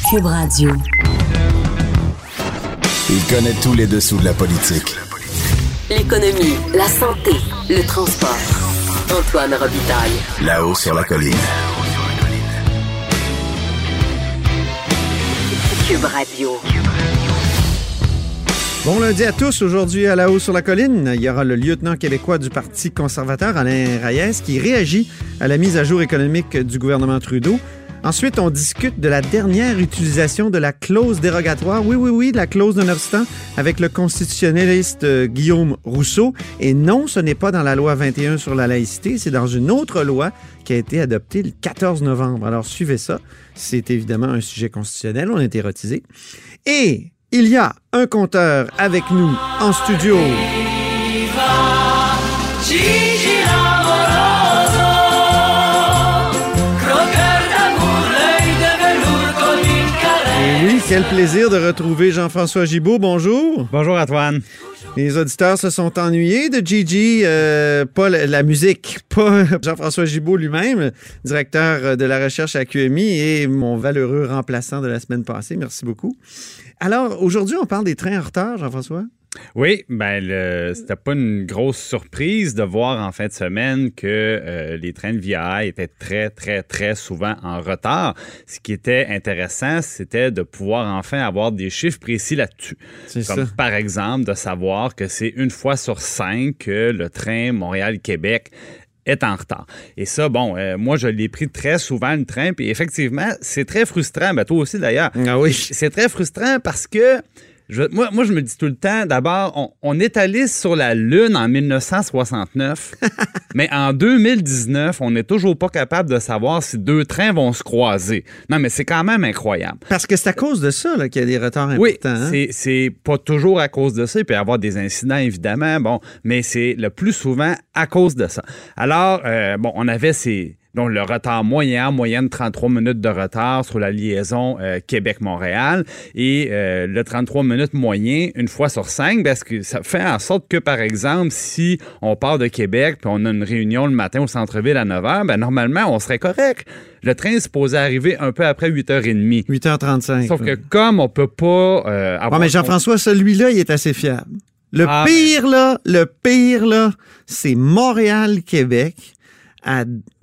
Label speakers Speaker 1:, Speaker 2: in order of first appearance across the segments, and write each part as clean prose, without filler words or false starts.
Speaker 1: Cube Radio.
Speaker 2: Il connaît tous les dessous de la politique.
Speaker 1: L'économie, la santé, le transport. Antoine Robitaille.
Speaker 2: Là-haut sur la colline.
Speaker 1: Cube Radio.
Speaker 3: Bon lundi à tous. Aujourd'hui, à La Haut sur la colline, il y aura le lieutenant québécois du Parti conservateur, Alain Reyes, qui réagit à la mise à jour économique du gouvernement Trudeau. Ensuite, on discute de la dernière utilisation de la clause dérogatoire, oui, la clause de non-obstant, avec le constitutionnaliste Guillaume Rousseau. Et non, ce n'est pas dans la loi 21 sur la laïcité, c'est dans une autre loi qui a été adoptée le 14 novembre. Alors, suivez ça. C'est évidemment un sujet constitutionnel, on est érotisé. Et il y a un compteur avec nous en studio. Et oui, quel plaisir de retrouver Jean-François Gibault. Bonjour.
Speaker 4: Bonjour Antoine.
Speaker 3: Les auditeurs se sont ennuyés de Gigi, pas la musique, pas Jean-François Gibault lui-même, directeur de la recherche à QMI et mon valeureux remplaçant de la semaine passée. Merci beaucoup. Alors, aujourd'hui, on parle des trains en retard, Jean-François?
Speaker 4: Oui, c'était pas une grosse surprise de voir en fin de semaine que les trains de Via étaient très, très, très souvent en retard. Ce qui était intéressant, c'était de pouvoir enfin avoir des chiffres précis là-dessus. Comme par exemple de savoir que c'est 1 fois sur 5 que le train Montréal-Québec est en retard. Et ça, moi, je l'ai pris très souvent, le train, puis effectivement, c'est très frustrant. Toi aussi, d'ailleurs.
Speaker 3: Ah oui.
Speaker 4: C'est très frustrant parce que moi, je me dis tout le temps, d'abord, on est allé sur la Lune en 1969, mais en 2019, on n'est toujours pas capable de savoir si 2 trains vont se croiser. Non, mais c'est quand même incroyable.
Speaker 3: Parce que c'est à cause de ça qu'il y a des retards importants.
Speaker 4: Oui, c'est pas toujours à cause de ça. Il peut y avoir des incidents, évidemment, mais c'est le plus souvent à cause de ça. Alors, on avait donc, le retard moyenne 33 minutes de retard sur la liaison Québec-Montréal et le 33 minutes moyen 1 fois sur 5, parce que ça fait en sorte que, par exemple, si on part de Québec puis on a une réunion le matin au centre-ville à 9h, normalement, on serait correct. Le train est supposé arriver un peu après 8h30.
Speaker 3: 8h35.
Speaker 4: Sauf que comme on peut pas avoir...
Speaker 3: mais Jean-François, celui-là, il est assez fiable. Le pire, là, c'est Montréal-Québec à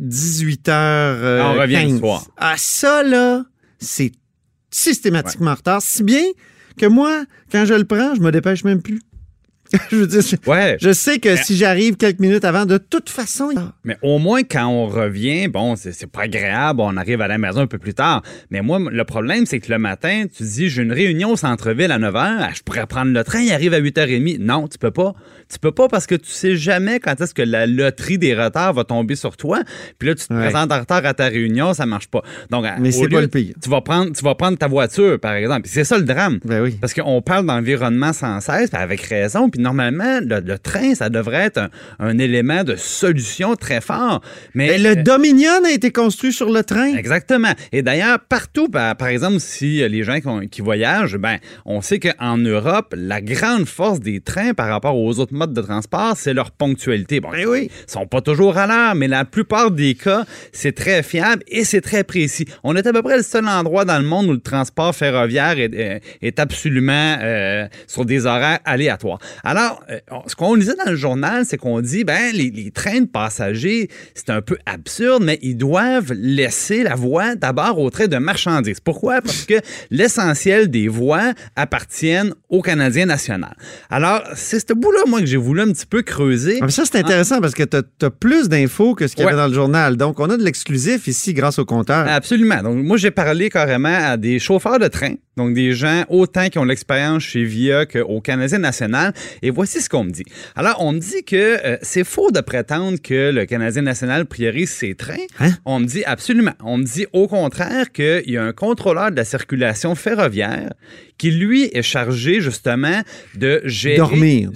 Speaker 3: 18h15.
Speaker 4: On revient le soir.
Speaker 3: Ça, là, c'est systématiquement en retard. Si bien que moi, quand je le prends, je me dépêche même plus. Je veux dire, je sais que si j'arrive quelques minutes avant, de toute façon...
Speaker 4: Mais au moins, quand on revient, c'est pas agréable, on arrive à la maison un peu plus tard. Mais moi, le problème, c'est que le matin, tu dis, j'ai une réunion au centre-ville à 9h, je pourrais prendre le train, il arrive à 8h30. Non, tu peux pas. Tu peux pas parce que tu sais jamais quand est-ce que la loterie des retards va tomber sur toi. Puis là, tu te présentes en retard à ta réunion, ça marche pas. Donc,
Speaker 3: mais c'est pas le pire.
Speaker 4: Tu vas prendre ta voiture, par exemple. Puis c'est ça le drame.
Speaker 3: Ben oui.
Speaker 4: Parce qu'on parle d'environnement sans cesse, puis avec raison. Puis normalement, le train, ça devrait être un élément de solution très fort. Mais
Speaker 3: le Dominion a été construit sur le train.
Speaker 4: Exactement. Et d'ailleurs, partout, par exemple, si les gens qui voyagent, on sait qu'en Europe, la grande force des trains par rapport aux autres modes de transport, c'est leur ponctualité. Ils sont pas toujours à l'heure, mais la plupart des cas, c'est très fiable et c'est très précis. On est à peu près le seul endroit dans le monde où le transport ferroviaire est absolument sur des horaires aléatoires. Alors, ce qu'on lisait dans le journal, c'est qu'on dit, les trains de passagers, c'est un peu absurde, mais ils doivent laisser la voie d'abord aux trains de marchandises. Pourquoi? Parce que l'essentiel des voies appartiennent au Canadien national. Alors, c'est ce bout-là, moi, que j'ai voulu un petit peu creuser.
Speaker 3: Mais ça, c'est intéressant parce que tu as plus d'infos que ce qu'il y avait dans le journal. Donc, on a de l'exclusif ici grâce au compteur.
Speaker 4: Absolument. Donc, moi, j'ai parlé carrément à des chauffeurs de train, donc des gens autant qui ont l'expérience chez VIA qu'au Canadien national. Et voici ce qu'on me dit. Alors, on me dit que c'est faux de prétendre que le Canadien national priorise ses trains.
Speaker 3: Hein?
Speaker 4: On me dit absolument. On me dit au contraire qu'il y a un contrôleur de la circulation ferroviaire qui, lui, est chargé justement de gérer...
Speaker 3: Dormir.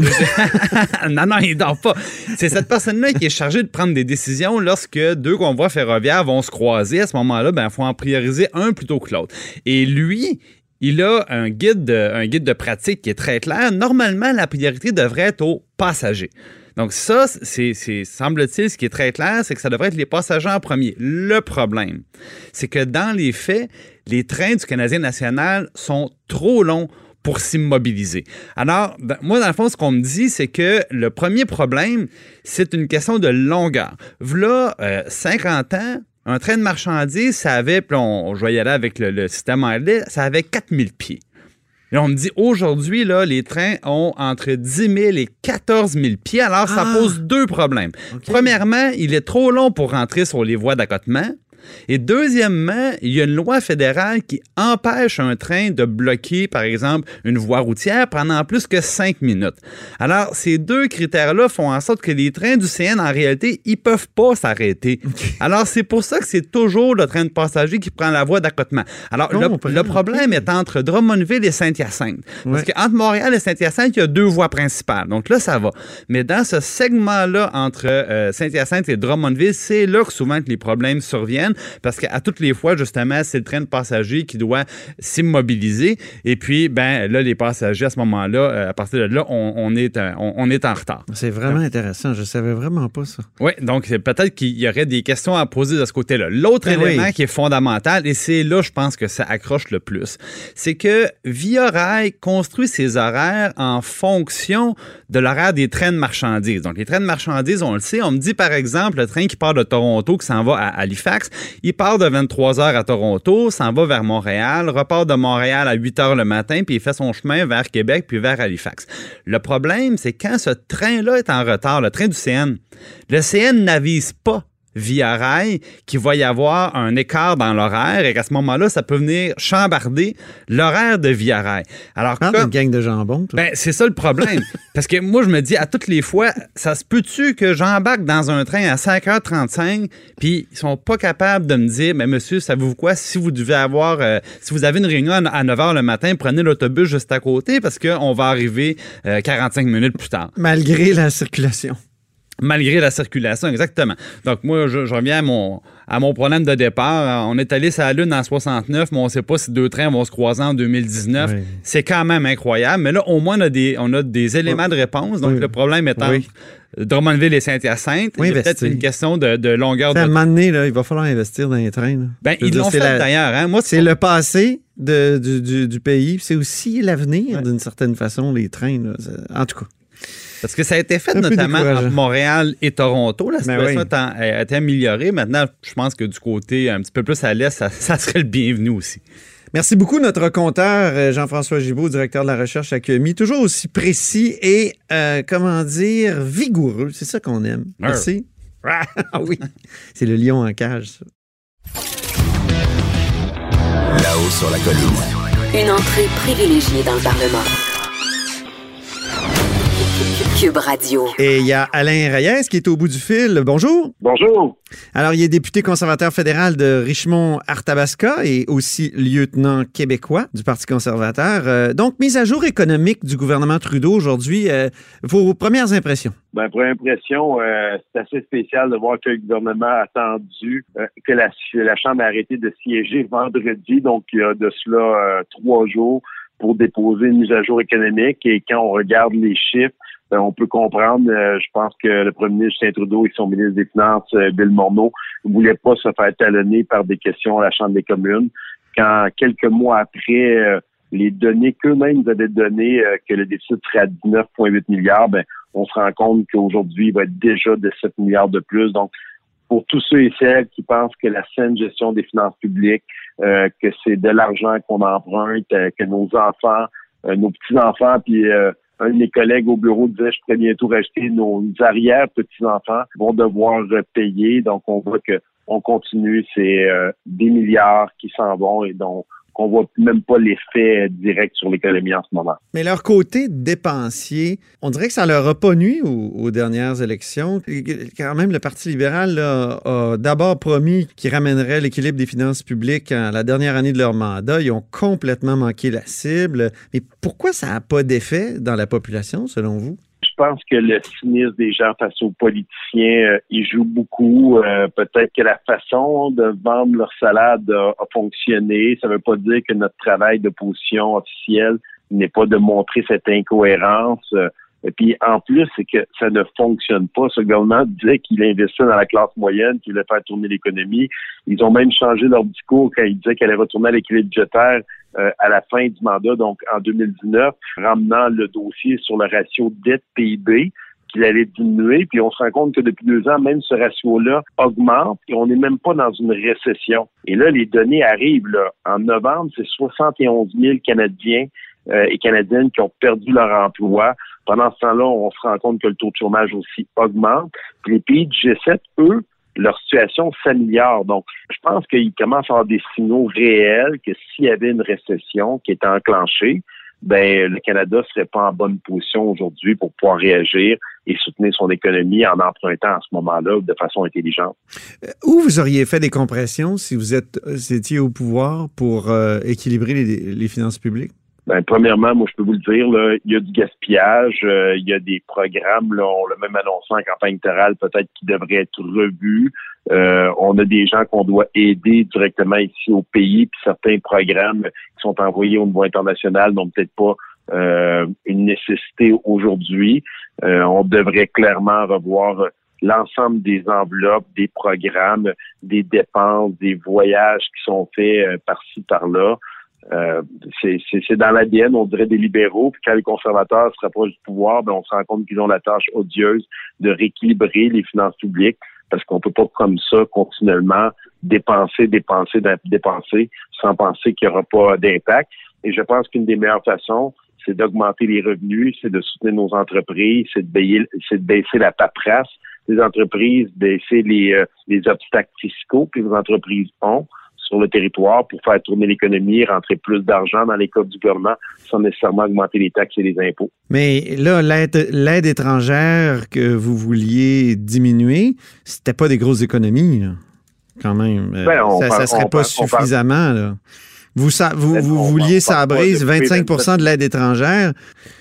Speaker 4: Non, il dort pas. C'est cette personne-là qui est chargée de prendre des décisions lorsque 2 convois ferroviaires vont se croiser. À ce moment-là, il faut en prioriser un plutôt que l'autre. Et lui, il a un guide de pratique qui est très clair. Normalement, la priorité devrait être aux passagers. Donc ça, c'est semble-t-il, ce qui est très clair, c'est que ça devrait être les passagers en premier. Le problème, c'est que dans les faits, les trains du Canadien national sont trop longs pour s'immobiliser. Alors, moi, dans le fond, ce qu'on me dit, c'est que le premier problème, c'est une question de longueur. V'là 50 ans, un train de marchandises, ça avait, puis je vais y aller avec le système anglais, ça avait 4000 pieds. Et on me dit, aujourd'hui, là, les trains ont entre 10 000 et 14 000 pieds. Alors, ça pose deux problèmes. Okay. Premièrement, il est trop long pour rentrer sur les voies d'accotement. Et deuxièmement, il y a une loi fédérale qui empêche un train de bloquer, par exemple, une voie routière pendant plus que 5 minutes. Alors, ces deux critères-là font en sorte que les trains du CN, en réalité, ils peuvent pas s'arrêter. Okay. Alors, c'est pour ça que c'est toujours le train de passagers qui prend la voie d'accotement. Alors, le problème est entre Drummondville et Saint-Hyacinthe. Parce qu'entre Montréal et Saint-Hyacinthe, il y a deux voies principales. Donc là, ça va. Mais dans ce segment-là, entre Saint-Hyacinthe et Drummondville, c'est là que souvent que les problèmes surviennent. Parce qu'à toutes les fois, justement, c'est le train de passagers qui doit s'immobiliser. Et puis, là, les passagers, à ce moment-là, à partir de là, on est en retard.
Speaker 3: C'est vraiment intéressant. Je ne savais vraiment pas ça.
Speaker 4: Oui, donc peut-être qu'il y aurait des questions à poser de ce côté-là. L'autre élément qui est fondamental, et c'est là, je pense que ça accroche le plus, c'est que Via Rail construit ses horaires en fonction de l'horaire des trains de marchandises. Donc, les trains de marchandises, on le sait, on me dit, par exemple, le train qui part de Toronto, qui s'en va à Halifax, il part de 23h à Toronto, s'en va vers Montréal, repart de Montréal à 8h le matin, puis il fait son chemin vers Québec, puis vers Halifax. Le problème, c'est quand ce train-là est en retard, le train du CN, le CN n'avise pas Via Rail qu'il va y avoir un écart dans l'horaire et qu'à ce moment-là, ça peut venir chambarder l'horaire de Via Rail. Alors,
Speaker 3: une gang de jambon, toi.
Speaker 4: C'est ça le problème. Parce que moi, je me dis, à toutes les fois, ça se peut-tu que j'embarque dans un train à 5h35 puis ils sont pas capables de me dire, mais monsieur, savez-vous quoi, si vous devez avoir, si vous avez une réunion à 9h le matin, prenez l'autobus juste à côté parce qu'on va arriver 45 minutes plus tard.
Speaker 3: Malgré la circulation.
Speaker 4: Malgré la circulation, exactement. Donc, moi, je reviens à mon problème de départ. On est allé sur la Lune en 69, mais on ne sait pas si deux trains vont se croiser en 2019. Oui. C'est quand même incroyable. Mais là, au moins, on a des éléments de réponse. Donc, le problème étant Drummondville et Saint-Hyacinthe. Oui, c'est peut-être une question de longueur de temps.
Speaker 3: À un moment donné, là, il va falloir investir dans les trains.
Speaker 4: Ils l'ont fait d'ailleurs. Hein? Moi,
Speaker 3: c'est le passé du pays. C'est aussi l'avenir, d'une certaine façon, les trains. Là. En tout cas.
Speaker 4: Parce que ça a été fait notamment entre Montréal et Toronto. La situation a été améliorée. Maintenant, je pense que du côté un petit peu plus à l'est, ça serait le bienvenu aussi.
Speaker 3: Merci beaucoup, notre compteur Jean-François Gibault, directeur de la recherche à QMI. Toujours aussi précis et, vigoureux. C'est ça qu'on aime. Merci. Ah oui, c'est le lion en cage, ça.
Speaker 2: Là-haut sur la colline.
Speaker 1: Une entrée privilégiée dans le Parlement. Cube Radio.
Speaker 3: Et il y a Alain Reyes qui est au bout du fil. Bonjour.
Speaker 5: Bonjour.
Speaker 3: Alors, il est député conservateur fédéral de Richmond-Arthabasca et aussi lieutenant québécois du Parti conservateur. Donc, mise à jour économique du gouvernement Trudeau aujourd'hui. Vos premières impressions?
Speaker 5: Première impression, c'est assez spécial de voir que le gouvernement a attendu que la Chambre a arrêté de siéger vendredi, donc il y a de cela 3 jours, pour déposer une mise à jour économique. Et quand on regarde les chiffres, on peut comprendre, je pense que le premier ministre Justin Trudeau et son ministre des Finances, Bill Morneau, ne voulaient pas se faire talonner par des questions à la Chambre des communes. Quand, quelques mois après, les données qu'eux-mêmes avaient données, que le déficit serait à 19,8 milliards, on se rend compte qu'aujourd'hui, il va être déjà de 7 milliards de plus. Donc, pour tous ceux et celles qui pensent que la saine gestion des finances publiques, que c'est de l'argent qu'on emprunte, que nos enfants, nos petits-enfants, puis un de mes collègues au bureau disait, je pourrais bientôt rajouter nos arrière-petits-enfants vont devoir payer. Donc, on voit que on continue, c'est des milliards qui s'en vont et donc on voit même pas l'effet direct sur l'économie en ce moment.
Speaker 3: Mais leur côté dépensier, on dirait que ça leur a pas nui aux dernières élections. Quand même, le Parti libéral là, a d'abord promis qu'il ramènerait l'équilibre des finances publiques à la dernière année de leur mandat. Ils ont complètement manqué la cible. Mais pourquoi ça n'a pas d'effet dans la population, selon vous?
Speaker 5: Je pense que le cynisme des gens face aux politiciens, il joue beaucoup. Peut-être que la façon de vendre leur salade a fonctionné. Ça ne veut pas dire que notre travail d'opposition officielle n'est pas de montrer cette incohérence. Et puis, en plus, c'est que ça ne fonctionne pas. Ce gouvernement disait qu'il investissait dans la classe moyenne, qu'il voulait faire tourner l'économie. Ils ont même changé leur discours quand ils disaient qu'elle allait retourner à l'équilibre budgétaire à la fin du mandat, donc en 2019, ramenant le dossier sur le ratio dette-PIB, qu'il allait diminuer. Puis on se rend compte que depuis 2 ans, même ce ratio-là augmente et on n'est même pas dans une récession. Et là, les données arrivent. Là. En novembre, c'est 71 000 Canadiens et Canadiennes qui ont perdu leur emploi. Pendant ce temps-là, on se rend compte que le taux de chômage aussi augmente. Puis les pays du G7, eux, leur situation s'améliore. Donc, je pense qu'ils commencent à avoir des signaux réels que s'il y avait une récession qui était enclenchée, le Canada serait pas en bonne position aujourd'hui pour pouvoir réagir et soutenir son économie en empruntant à ce moment-là de façon intelligente.
Speaker 3: Où vous auriez fait des compressions si vous étiez au pouvoir pour équilibrer les finances publiques?
Speaker 5: Premièrement, moi, je peux vous le dire, là, il y a du gaspillage, il y a des programmes, là, on l'a même annoncé en campagne électorale, peut-être qui devraient être revus. On a des gens qu'on doit aider directement ici au pays, puis certains programmes qui sont envoyés au niveau international n'ont peut-être pas une nécessité aujourd'hui. On devrait clairement revoir l'ensemble des enveloppes, des programmes, des dépenses, des voyages qui sont faits par-ci, par-là. C'est dans l'ADN, on dirait, des libéraux. Puis quand les conservateurs se rapprochent du pouvoir, on se rend compte qu'ils ont la tâche odieuse de rééquilibrer les finances publiques parce qu'on peut pas comme ça continuellement dépenser sans penser qu'il n'y aura pas d'impact. Et je pense qu'une des meilleures façons, c'est d'augmenter les revenus, c'est de soutenir nos entreprises, c'est de baisser la paperasse des entreprises, baisser les obstacles fiscaux que les entreprises ont sur le territoire pour faire tourner l'économie, rentrer plus d'argent dans les coffres du gouvernement sans nécessairement augmenter les taxes et les impôts.
Speaker 3: Mais là, l'aide étrangère que vous vouliez diminuer, c'était pas des grosses économies, là, quand même. Ça serait pas suffisamment, là. Vous vouliez sabrer 25 % de l'aide étrangère.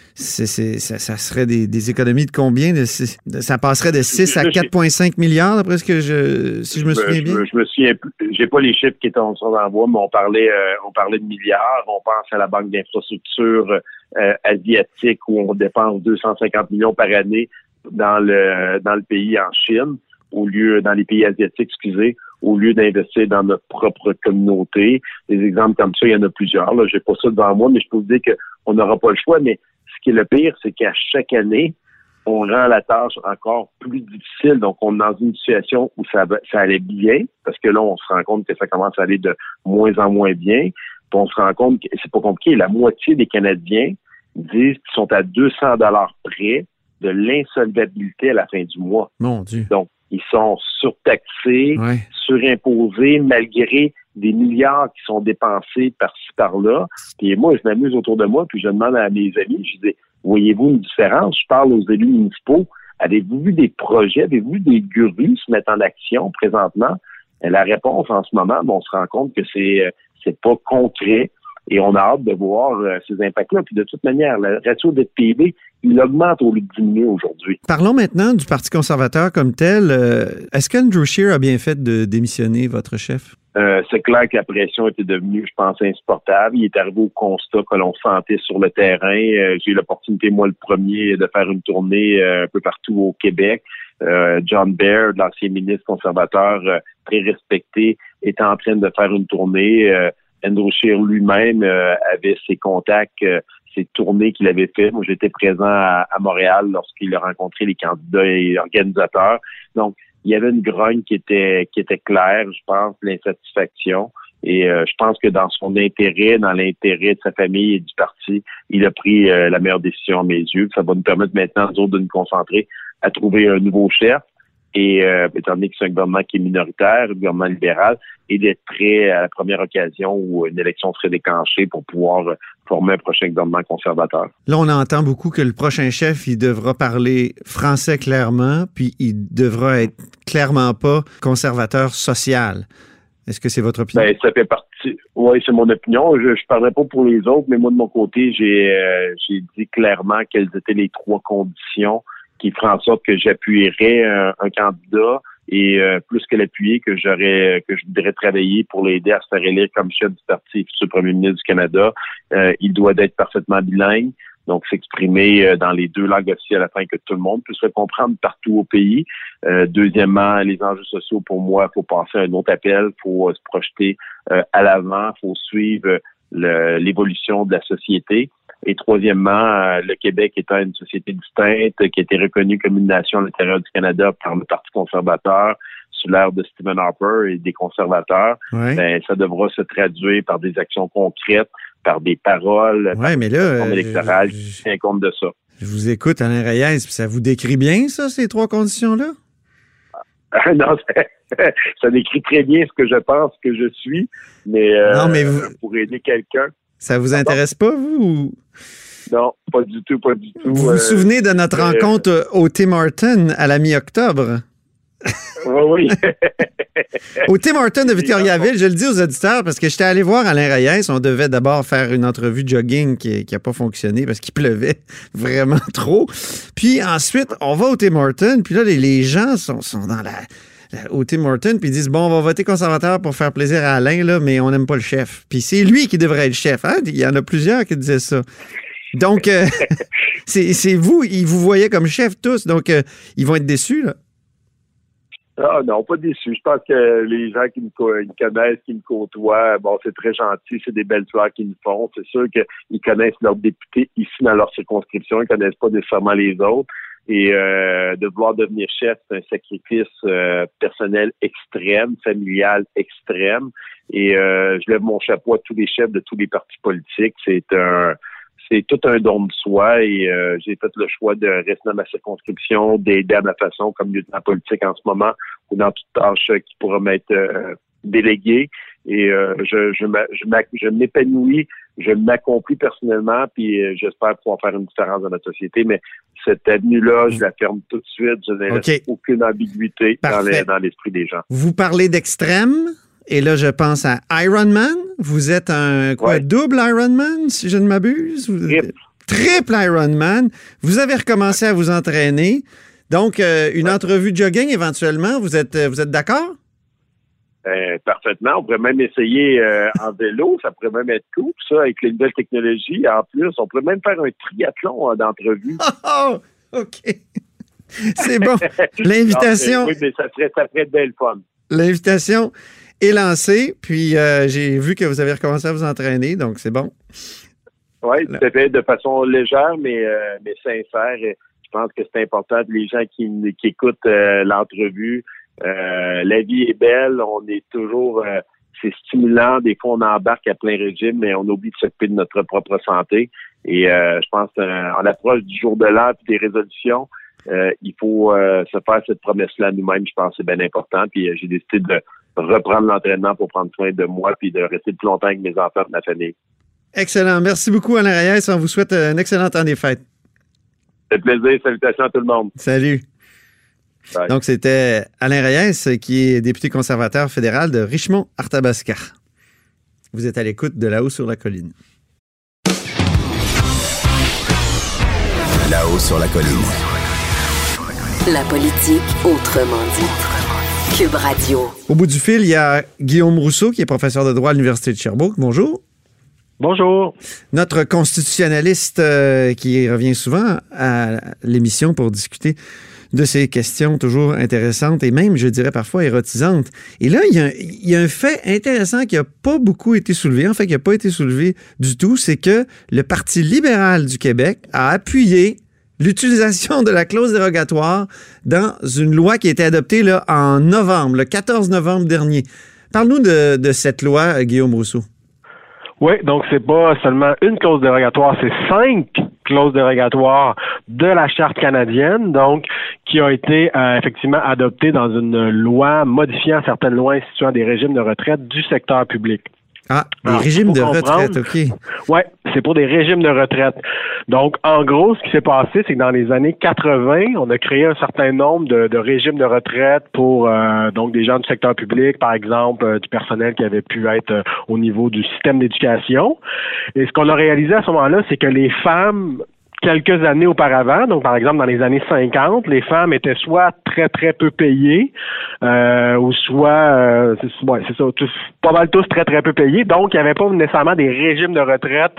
Speaker 3: Ça serait des économies de combien? Ça passerait de 6 à 4,5 milliards, d'après si je me souviens bien?
Speaker 5: Je me souviens plus. J'ai pas les chiffres qui étaient sur l'envoi, mais on parlait de milliards. On pense à la Banque d'infrastructure asiatique où on dépense 250 millions par année dans le pays en Chine, dans les pays asiatiques, au lieu d'investir dans notre propre communauté. Des exemples comme ça, il y en a plusieurs. Là, j'ai pas ça devant moi, mais je peux vous dire qu'on n'aura pas le choix. Mais ce qui est le pire, c'est qu'à chaque année, on rend la tâche encore plus difficile. Donc, on est dans une situation où ça allait bien, parce que là, on se rend compte que ça commence à aller de moins en moins bien. Puis on se rend compte que c'est pas compliqué. La moitié des Canadiens disent qu'ils sont à 200 $ près de l'insolvabilité à la fin du mois.
Speaker 3: Mon Dieu.
Speaker 5: Donc, ils sont surtaxés, surimposés, malgré des milliards qui sont dépensés par-ci, par-là. Puis moi, je m'amuse autour de moi, puis je demande à mes amis, je dis, voyez-vous une différence? Je parle aux élus municipaux. Avez-vous vu des projets, avez-vous vu des gurus se mettre en action présentement? Et la réponse en ce moment, on se rend compte que c'est pas concret. Et on a hâte de voir ces impacts-là. Puis de toute manière, le ratio dette PIB, il augmente au lieu de diminuer aujourd'hui.
Speaker 3: Parlons maintenant du Parti conservateur comme tel. Est-ce qu'Andrew Scheer a bien fait de démissionner, votre chef?
Speaker 5: C'est clair que la pression était devenue, je pense, insupportable. Il est arrivé au constat que l'on sentait sur le terrain. J'ai eu l'opportunité, moi, le premier, de faire une tournée un peu partout au Québec. John Baird, l'ancien ministre conservateur, très respecté, était en train de faire une tournée. Andrew Scheer lui-même avait ses contacts, ses tournées qu'il avait fait. Moi, j'étais présent à Montréal lorsqu'il a rencontré les candidats et organisateurs. Donc, il y avait une grogne qui était claire, je pense, l'insatisfaction. Et je pense que dans son intérêt, dans l'intérêt de sa famille et du parti, il a pris la meilleure décision à mes yeux. Ça va nous permettre maintenant, nous autres, de nous concentrer à trouver un nouveau chef. Et étant donné que c'est un gouvernement qui est minoritaire, un gouvernement libéral, et d'être prêt à la première occasion où une élection serait déclenchée pour pouvoir former un prochain gouvernement conservateur.
Speaker 3: Là, on entend beaucoup que le prochain chef, il devra parler français clairement, puis il devra être clairement pas conservateur social. Est-ce que c'est votre opinion?
Speaker 5: Ça fait partie. Oui, c'est mon opinion. Je ne parlerai pas pour les autres, mais moi, de mon côté, j'ai dit clairement quelles étaient les 3 conditions qui feraient en sorte que j'appuierais un candidat et plus que l'appuyer, que je voudrais travailler pour l'aider à se faire élire comme chef du parti futur premier ministre du Canada. Il doit être parfaitement bilingue. Donc, s'exprimer dans les 2 langues officielles afin que tout le monde puisse se comprendre partout au pays. Deuxièmement, les enjeux sociaux, pour moi, il faut passer à un autre appel, il faut se projeter à l'avant, il faut suivre l'évolution de la société. Et troisièmement, le Québec étant une société distincte qui a été reconnue comme une nation à l'intérieur du Canada par le Parti conservateur sous l'ère de Stephen Harper et des conservateurs, ben, ça devra se traduire par des actions concrètes, par des paroles, par
Speaker 3: mais là,
Speaker 5: électorale qui tient compte de ça.
Speaker 3: Je vous écoute, Alain Reyes, puis ça vous décrit bien, ça, ces 3 conditions-là?
Speaker 5: Non, ça décrit très bien ce que je pense que je suis, mais, pour aider quelqu'un.
Speaker 3: Ça vous intéresse pas, vous? Ou...
Speaker 5: Non, pas du tout.
Speaker 3: Vous vous souvenez de notre rencontre au Tim Hortons à la mi-octobre?
Speaker 5: Oui.
Speaker 3: Au Tim Hortons de Victoriaville, je le dis aux auditeurs parce que j'étais allé voir Alain Reyes. On devait d'abord faire une entrevue de jogging qui n'a pas fonctionné parce qu'il pleuvait vraiment trop. Puis ensuite, on va au Tim Hortons. Puis là, les gens sont dans au Tim Hortons, puis ils disent, bon, on va voter conservateur pour faire plaisir à Alain, là, mais on n'aime pas le chef. Puis c'est lui qui devrait être chef. Hein? Il y en a plusieurs qui disaient ça. Donc, c'est vous, ils vous voyaient comme chef tous, donc ils vont être déçus, là.
Speaker 5: Ah non, pas déçus. Je pense que les gens qui me connaissent, qui me côtoient, bon, c'est très gentil, c'est des belles fleurs qu'ils me font. C'est sûr qu'ils connaissent leurs députés ici dans leur circonscription, ils connaissent pas nécessairement les autres. Et de vouloir devenir chef, c'est un sacrifice personnel extrême, familial extrême. Et je lève mon chapeau à tous les chefs de tous les partis politiques. C'est tout un don de soi et j'ai fait le choix de rester dans ma circonscription, d'aider à ma façon comme lieutenant politique en ce moment ou dans toute tâche qui pourra m'être déléguée. Et je m'épanouis, je m'accomplis personnellement, puis j'espère pouvoir faire une différence dans notre société. Mais cette avenue-là, je la ferme tout de suite. Je n'ai aucune ambiguïté dans l'esprit des gens.
Speaker 3: Vous parlez d'extrême? Et là, je pense à Ironman. Vous êtes double Ironman, si je ne m'abuse? Triple Ironman. Vous avez recommencé à vous entraîner. Donc, une entrevue de jogging, éventuellement, vous êtes d'accord?
Speaker 5: Parfaitement. On pourrait même essayer en vélo. Ça pourrait même être cool, ça, avec les nouvelles technologies. En plus, on pourrait même faire un triathlon d'entrevue.
Speaker 3: Oh, OK. C'est bon. L'invitation...
Speaker 5: oui, mais ça ferait de belle fun.
Speaker 3: L'invitation est lancée, puis j'ai vu que vous avez recommencé à vous entraîner, donc c'est bon.
Speaker 5: Oui, tout fait de façon légère, mais sincère. Je pense que c'est important que les gens qui écoutent l'entrevue, la vie est belle, on est toujours, c'est stimulant, des fois on embarque à plein régime, mais on oublie de s'occuper de notre propre santé. Et je pense qu'en l'approche du jour de l'an et des résolutions, il faut se faire cette promesse-là nous-mêmes. Je pense que c'est bien important. Puis j'ai décidé de reprendre l'entraînement pour prendre soin de moi puis de rester plus longtemps avec mes enfants et ma famille.
Speaker 3: Excellent. Merci beaucoup, Alain Reyes. On vous souhaite un excellent temps des fêtes.
Speaker 5: C'est plaisir. Salutations à tout le monde.
Speaker 3: Salut.
Speaker 5: Bye.
Speaker 3: Donc, c'était Alain Reyes, qui est député conservateur fédéral de Richmond-Arthabasca. Vous êtes à l'écoute de Là-haut sur la colline.
Speaker 2: Là-haut sur la colline.
Speaker 1: La politique autrement dit. Cube Radio.
Speaker 3: Au bout du fil, il y a Guillaume Rousseau, qui est professeur de droit à l'Université de Sherbrooke. Bonjour.
Speaker 6: Bonjour.
Speaker 3: Notre constitutionnaliste qui revient souvent à l'émission pour discuter de ces questions toujours intéressantes et même, je dirais, parfois érotisantes. Et là, il y a un fait intéressant qui n'a pas beaucoup été soulevé, en fait, qui n'a pas été soulevé du tout, c'est que le Parti libéral du Québec a appuyé l'utilisation de la clause dérogatoire dans une loi qui a été adoptée là, en novembre, le 14 novembre dernier. Parle-nous de cette loi, Guillaume Rousseau.
Speaker 6: Oui, donc c'est pas seulement une clause dérogatoire, c'est 5 clauses dérogatoires de la Charte canadienne, donc qui ont été effectivement adoptées dans une loi modifiant certaines lois instituant des régimes de retraite du secteur public.
Speaker 3: Ah, des régimes de retraite, OK.
Speaker 6: Oui, c'est pour des régimes de retraite. Donc, en gros, ce qui s'est passé, c'est que dans les années 80, on a créé un certain nombre de régimes de retraite pour donc des gens du secteur public, par exemple, du personnel qui avait pu être au niveau du système d'éducation. Et ce qu'on a réalisé à ce moment-là, c'est que les femmes quelques années auparavant, donc par exemple dans les années 50, les femmes étaient soit très très peu payées, ou soit c'est ça, pas mal tous très très peu payés. Donc il n'y avait pas nécessairement des régimes de retraite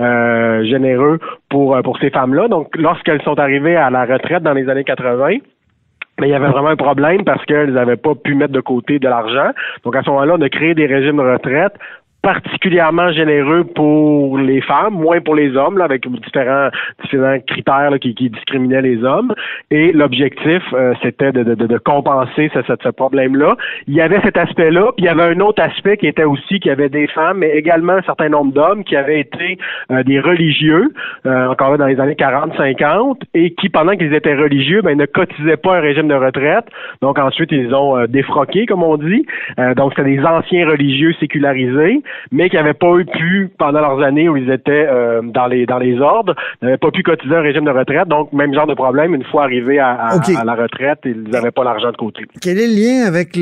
Speaker 6: généreux pour ces femmes-là. Donc lorsqu'elles sont arrivées à la retraite dans les années 80, mais il y avait vraiment un problème parce qu'elles n'avaient pas pu mettre de côté de l'argent. Donc à ce moment-là, on a créé des régimes de retraite particulièrement généreux pour les femmes, moins pour les hommes, là, avec différents critères là, qui discriminaient les hommes. Et l'objectif, c'était de compenser ce problème-là. Il y avait cet aspect-là, puis il y avait un autre aspect qui était aussi qu'il y avait des femmes, mais également un certain nombre d'hommes qui avaient été des religieux, encore là dans les années 40-50, et qui, pendant qu'ils étaient religieux, ne cotisaient pas un régime de retraite. Donc ensuite, ils ont défroqué, comme on dit. Donc c'était des anciens religieux sécularisés, mais qui n'avaient pas pu, pendant leurs années où ils étaient dans les ordres, n'avaient pas pu cotiser un régime de retraite. Donc, même genre de problème, une fois arrivés à la retraite, ils n'avaient pas l'argent de côté.
Speaker 3: Quel est le lien avec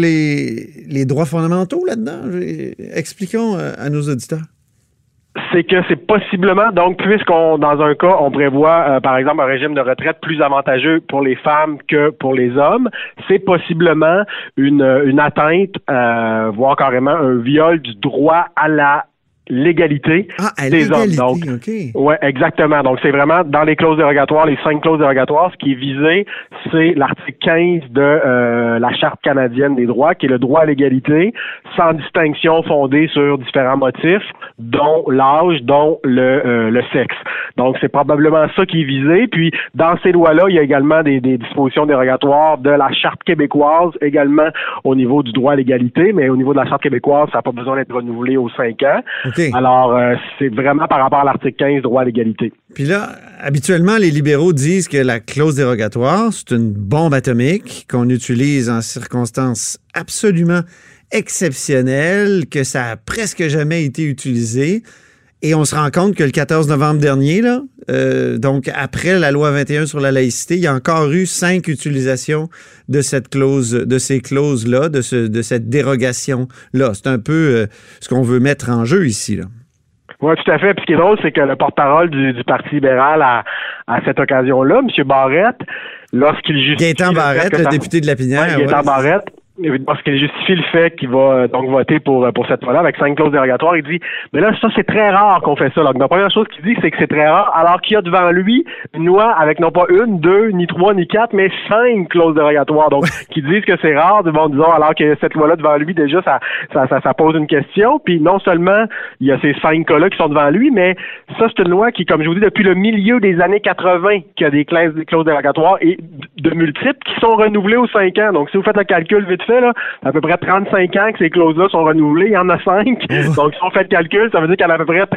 Speaker 3: les droits fondamentaux là-dedans? Expliquons à nos auditeurs.
Speaker 6: C'est que c'est possiblement, donc, dans un cas, on prévoit, par exemple, un régime de retraite plus avantageux pour les femmes que pour les hommes, c'est possiblement une atteinte, voire carrément un viol du droit à la l'égalité des hommes. Donc,
Speaker 3: okay.
Speaker 6: Ouais, exactement. Donc, c'est vraiment dans les clauses dérogatoires, les 5 clauses dérogatoires, ce qui est visé, c'est l'article 15 de la Charte canadienne des droits, qui est le droit à l'égalité, sans distinction fondée sur différents motifs, dont l'âge, dont le sexe. Donc, c'est probablement ça qui est visé. Puis, dans ces lois-là, il y a également des dispositions dérogatoires de la Charte québécoise, également au niveau du droit à l'égalité, mais au niveau de la Charte québécoise, ça n'a pas besoin d'être renouvelé aux 5 ans.
Speaker 3: Okay.
Speaker 6: Alors, c'est vraiment par rapport à l'article 15, droit à l'égalité.
Speaker 3: Puis là, habituellement, les libéraux disent que la clause dérogatoire, c'est une bombe atomique qu'on utilise en circonstances absolument exceptionnelles, que ça a presque jamais été utilisé. Et on se rend compte que le 14 novembre dernier, là, donc après la loi 21 sur la laïcité, il y a encore eu 5 utilisations de cette clause, de ces clauses-là, de cette dérogation-là. C'est un peu ce qu'on veut mettre en jeu ici, là.
Speaker 6: Oui, tout à fait. Puis ce qui est drôle, c'est que le porte-parole du Parti libéral à cette occasion-là, M. Barrette, lorsqu'il justifie...
Speaker 3: Gaétan Barrette, le député de Lapinière.
Speaker 6: Ouais, Gaétan Barrette, parce qu'il justifie le fait qu'il va donc voter pour cette loi-là avec 5 clauses dérogatoires, il dit mais là, ça, c'est très rare qu'on fait ça. Donc, la première chose qu'il dit, c'est que c'est très rare, alors qu'il y a devant lui une loi avec non pas 1, 2, ni 3, ni 4, mais 5 clauses dérogatoires. Donc, qui disent que c'est rare, bon, disons, alors que cette loi-là devant lui, déjà, ça pose une question. Puis non seulement il y a ces 5 cas-là qui sont devant lui, mais ça, c'est une loi qui, comme je vous dis, depuis le milieu des années 80, qui a des clauses dérogatoires et de multiples qui sont renouvelées aux 5 ans. Donc, si vous faites le calcul vite fait, là, à peu près 35 ans que ces clauses-là sont renouvelées. Il y en a 5. Donc, si on fait le calcul, ça veut dire qu'il y en a à peu près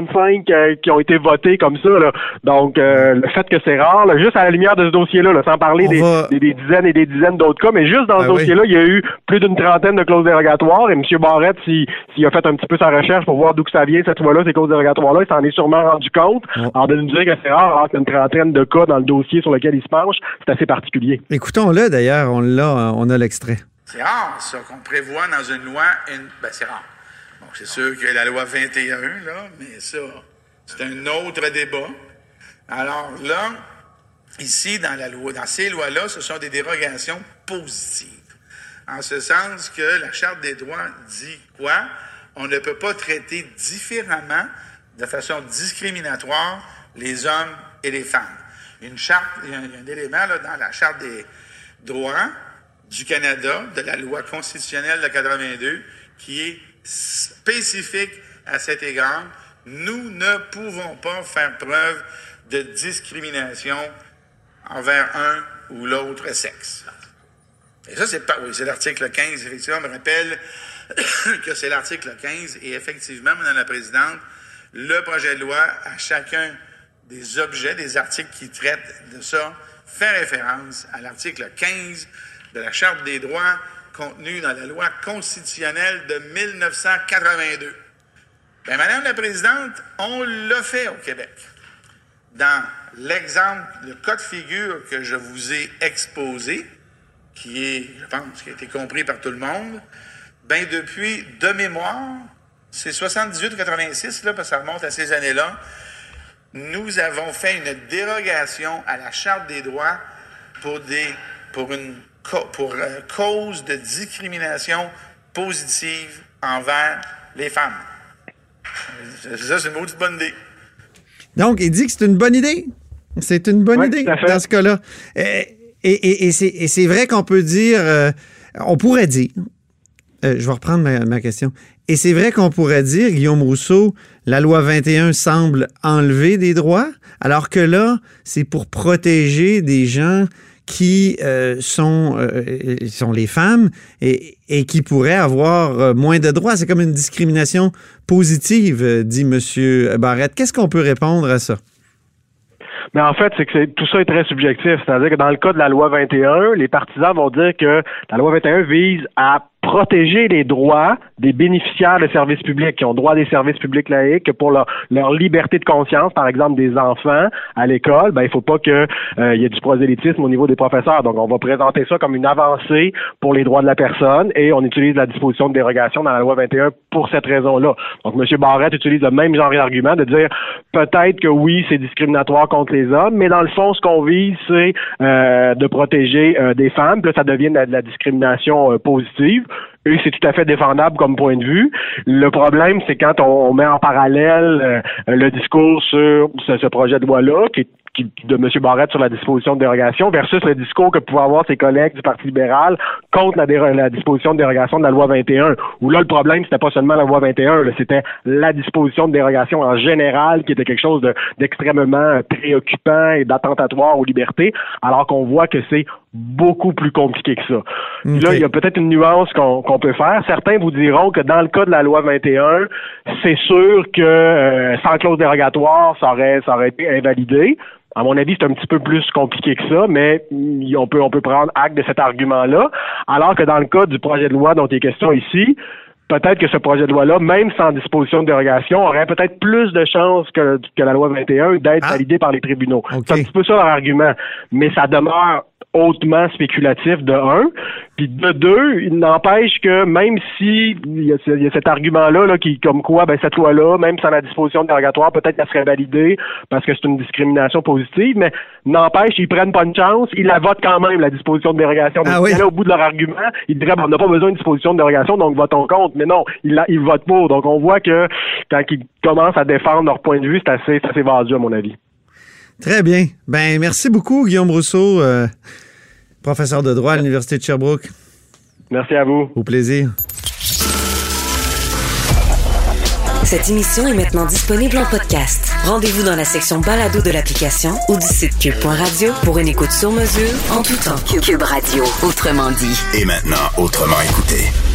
Speaker 6: 30-35 qui ont été votées comme ça, là. Donc, le fait que c'est rare, là, juste à la lumière de ce dossier-là, là, sans parler des dizaines et des dizaines d'autres cas, mais juste dans ce dossier-là, il y a eu plus d'une trentaine de clauses dérogatoires. Et M. Barrette, s'il a fait un petit peu sa recherche pour voir d'où que ça vient, cette fois-là, ces clauses dérogatoires-là, il s'en est sûrement rendu compte. Alors, de nous dire que c'est rare, alors qu'il y a une trentaine de cas dans le dossier sur lequel il se penche, c'est assez particulier.
Speaker 3: Écoutons-le, d'ailleurs, on a l'extrait.
Speaker 7: C'est rare, ça, qu'on prévoit dans une loi c'est rare. Bon, c'est sûr qu'il y a la loi 21, là, mais ça, c'est un autre débat. Alors là, ici, dans ces lois-là, ce sont des dérogations positives. En ce sens que la Charte des droits dit quoi? On ne peut pas traiter différemment, de façon discriminatoire, les hommes et les femmes. Il y a un élément là, dans la Charte des droits du Canada, de la loi constitutionnelle de 82, qui est spécifique à cet égard. Nous ne pouvons pas faire preuve de discrimination envers un ou l'autre sexe. Et ça, c'est l'article 15. Effectivement, on me rappelle que c'est l'article 15. Et effectivement, Mme la Présidente, le projet de loi, à chacun des objets, des articles qui traitent de ça, fait référence à l'article 15 de la Charte des droits contenue dans la loi constitutionnelle de 1982. Bien, Madame la Présidente, on l'a fait au Québec. Dans l'exemple, le cas de figure que je vous ai exposé, qui est, je pense, qui a été compris par tout le monde, bien, depuis, de mémoire, c'est 78 ou 86, là, parce que ça remonte à ces années-là, nous avons fait une dérogation à la Charte des droits pour cause de discrimination positive envers les femmes. Ça, c'est une maudite bonne idée.
Speaker 3: Donc, il dit que c'est une bonne idée. C'est une bonne idée dans ce cas-là. Et c'est vrai qu'on peut dire, on pourrait dire, je vais reprendre ma question. Et c'est vrai qu'on pourrait dire, Guillaume Rousseau, la loi 21 semble enlever des droits, alors que là, c'est pour protéger des gens qui sont les femmes et qui pourraient avoir moins de droits. C'est comme une discrimination positive, dit M. Barrette. Qu'est-ce qu'on peut répondre à ça?
Speaker 6: Mais en fait, c'est que tout ça est très subjectif. C'est-à-dire que dans le cas de la loi 21, les partisans vont dire que la loi 21 vise à protéger les droits des bénéficiaires de services publics qui ont droit à des services publics laïques, que pour leur liberté de conscience, par exemple des enfants à l'école, il faut pas que y ait du prosélytisme au niveau des professeurs. Donc, on va présenter ça comme une avancée pour les droits de la personne et on utilise la disposition de dérogation dans la loi 21 pour cette raison-là. Donc, M. Barrette utilise le même genre d'argument de dire peut-être que oui, c'est discriminatoire contre les hommes, mais dans le fond, ce qu'on vise, c'est de protéger des femmes. Puis là, ça devient de la discrimination positive. Et c'est tout à fait défendable comme point de vue. Le problème, c'est quand on met en parallèle le discours sur ce projet de loi-là, de M. Barrette sur la disposition de dérogation versus le discours que pouvaient avoir ses collègues du Parti libéral contre la disposition de dérogation de la loi 21, où là, le problème, c'était pas seulement la loi 21, là, c'était la disposition de dérogation en général qui était quelque chose d'extrêmement préoccupant et d'attentatoire aux libertés, alors qu'on voit que c'est beaucoup plus compliqué que ça. Okay. Là, il y a peut-être une nuance qu'on peut faire. Certains vous diront que dans le cas de la loi 21, c'est sûr que sans clause dérogatoire, ça aurait été invalidé. À mon avis, c'est un petit peu plus compliqué que ça, mais on peut prendre acte de cet argument-là. Alors que dans le cas du projet de loi dont il est question ici, peut-être que ce projet de loi-là, même sans disposition de dérogation, aurait peut-être plus de chances que la loi 21 d'être validée par les tribunaux. Okay. C'est un petit peu ça leur argument. Mais ça demeure hautement spéculatif, de un. Puis de deux, il n'empêche que même si il y a cet argument-là qui, comme quoi, cette loi-là, même sans la disposition dérogatoire, peut-être qu'elle serait validée parce que c'est une discrimination positive, mais n'empêche, ils prennent pas une chance, ils la votent quand même, la disposition de dérogation. Donc, là, au bout de leur argument, ils diraient, on n'a pas besoin de disposition de dérogation, donc votons contre. Mais non, ils votent pour. Donc, on voit que quand ils commencent à défendre leur point de vue, c'est assez vaseux, à mon avis.
Speaker 3: Très bien. Merci beaucoup, Guillaume Rousseau, professeur de droit à l'Université de Sherbrooke.
Speaker 6: Merci à vous.
Speaker 3: Au plaisir.
Speaker 1: Cette émission est maintenant disponible en podcast. Rendez-vous dans la section balado de l'application ou du site cube.radio pour une écoute sur mesure en tout temps. Cube Radio, autrement dit.
Speaker 2: Et maintenant, autrement écouté.